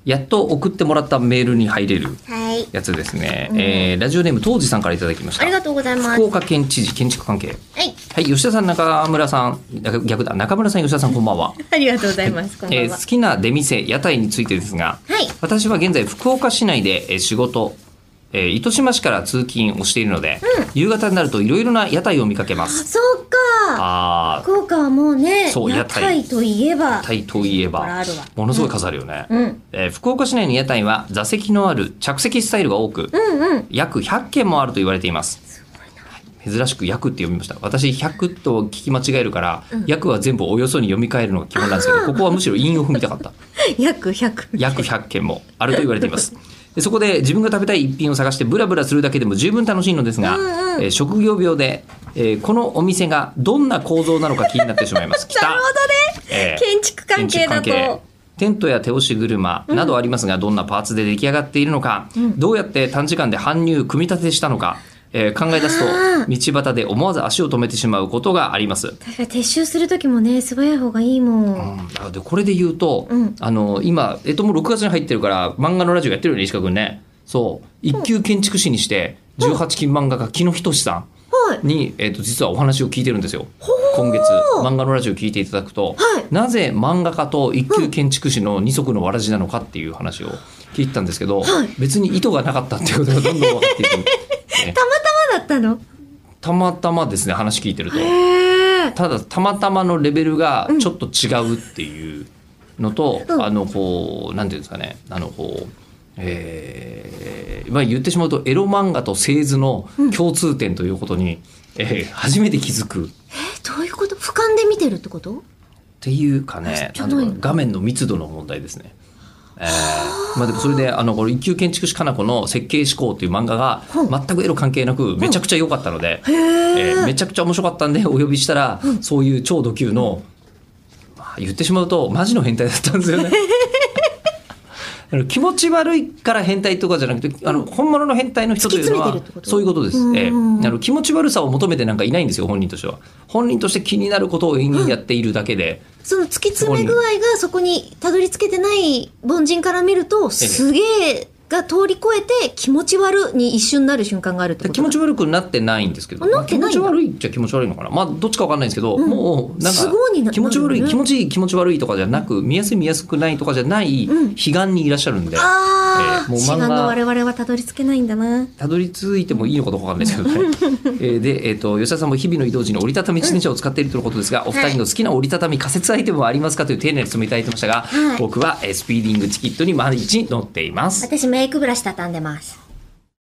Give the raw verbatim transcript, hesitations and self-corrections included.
やっと送ってもらったメールに入れるはいやつですね、 うんえー、ラジオネーム当時さんからいただきました。 ありがとうございます。 福岡県知事建築関係。 はいはい、吉田さん、中村さん、逆だ、中村さん、吉田さん、こんばんは。 ありがとうございますこんばんは、 えー好きな出店、屋台についてですが、 はい私は現在福岡市内でえー仕事、えー糸島市から通勤をしているので、夕方になるといろいろな屋台を見かけます。 そうかあー、 福岡はもうねそう屋台といえば屋台といえばこれあるわものすごい数あるよね、 うんえー福岡市内の屋台は座席のある着席スタイルが多く、 うんうん約ひゃっけんもあると言われています。珍しく約って読みました。私ひゃくと聞き間違えるから、 うん約は全部およそに読み替えるのが基本なんですけど、ここはむしろ韻を踏みたかった。 約ひゃく約ひゃっけんもあると言われています。でそこで自分が食べたい一品を探してブラブラするだけでも十分楽しいのですが、 うんうんえー職業病で、えーこのお店がどんな構造なのか気になってしまいます。来たなるほどね、 えー建築関係だと建築関係テントや手押し車などありますが、どんなパーツで出来上がっているのか、どうやって短時間で搬入組み立てしたのか、えー考え出すとあ道端で思わず足を止めてしまうことがあります。 確かに撤収する時もね素早い方がいいもん、 うんだからでこれで言うと、 うんあの今えっともうろくがつに入ってるから漫画のラジオやってるよね石川君ね。そう一級建築士にしてじゅうはちきん漫画家木野仁さはいんに、えっと実はお話を聞いてるんですよ。今月漫画のラジオを聞いていただくと、 はいなぜ漫画家と一級建築士の二足のわらじなのかっていう話を聞いてたんですけど、 はい別に意図がなかったっていうことがどんどん分かっていく、ねたまたまだったのたまたまですね話聞いてると。 へえただたまたまのレベルがちょっと違うっていうのと、 うんあのこうなんていうんですかねあのこう、えーまあ、言ってしまうとエロ漫画と製図の共通点ということに、えー初めて気づくっえどういうこと俯瞰で見てるってことていうかねあじゃないなんとか画面の密度の問題ですね。えーまあ、でもそれであのこれ一級建築士かな子の設計思考っていう漫画がうん全くエロ関係なくめちゃくちゃ良かったので、 へええーめちゃくちゃ面白かったんでお呼びしたら、そういう超ド級の、まあ、言ってしまうとマジの変態だったんですよね。あの気持ち悪いから変態とかじゃなくて、あの本物の変態の人というの突きは詰めてるってことそういうことです、 うんえーあの気持ち悪さを求めてなんかいないんですよ本人としては。本人として気になることを延々やっているだけで、 その突き詰め具合がそこにたどり着けてない凡人から見るとすげえが通り越えて気持ち悪に一瞬なる瞬間があるってこと気持ち悪くなってないんですけど、 なってないんだまあ気持ち悪いっちゃ気持ち悪いのかな、まあどっちかわかんないんですけど、 うんもうなんすごいになか気持ち悪い、 なるよね気持ちいい気持ち悪いとかじゃなく、見やすい見やすくないとかじゃないうん彼岸にいらっしゃるんで、 ああ、 えーもう志願漫画の我々はたどり着けないんだな。 たどり着いてもいいのかどうかわかんないですけどね。えーで、えー、と吉田さんも日々の移動時に折りたたみ自転車を使っているということですが、お二人の好きな折りたたみ仮設アイテムはありますかという丁寧な質問いただいてましたが、 はい僕は、えースピーディングチキットに毎日乗っています。 私メイクブラシ畳んでます。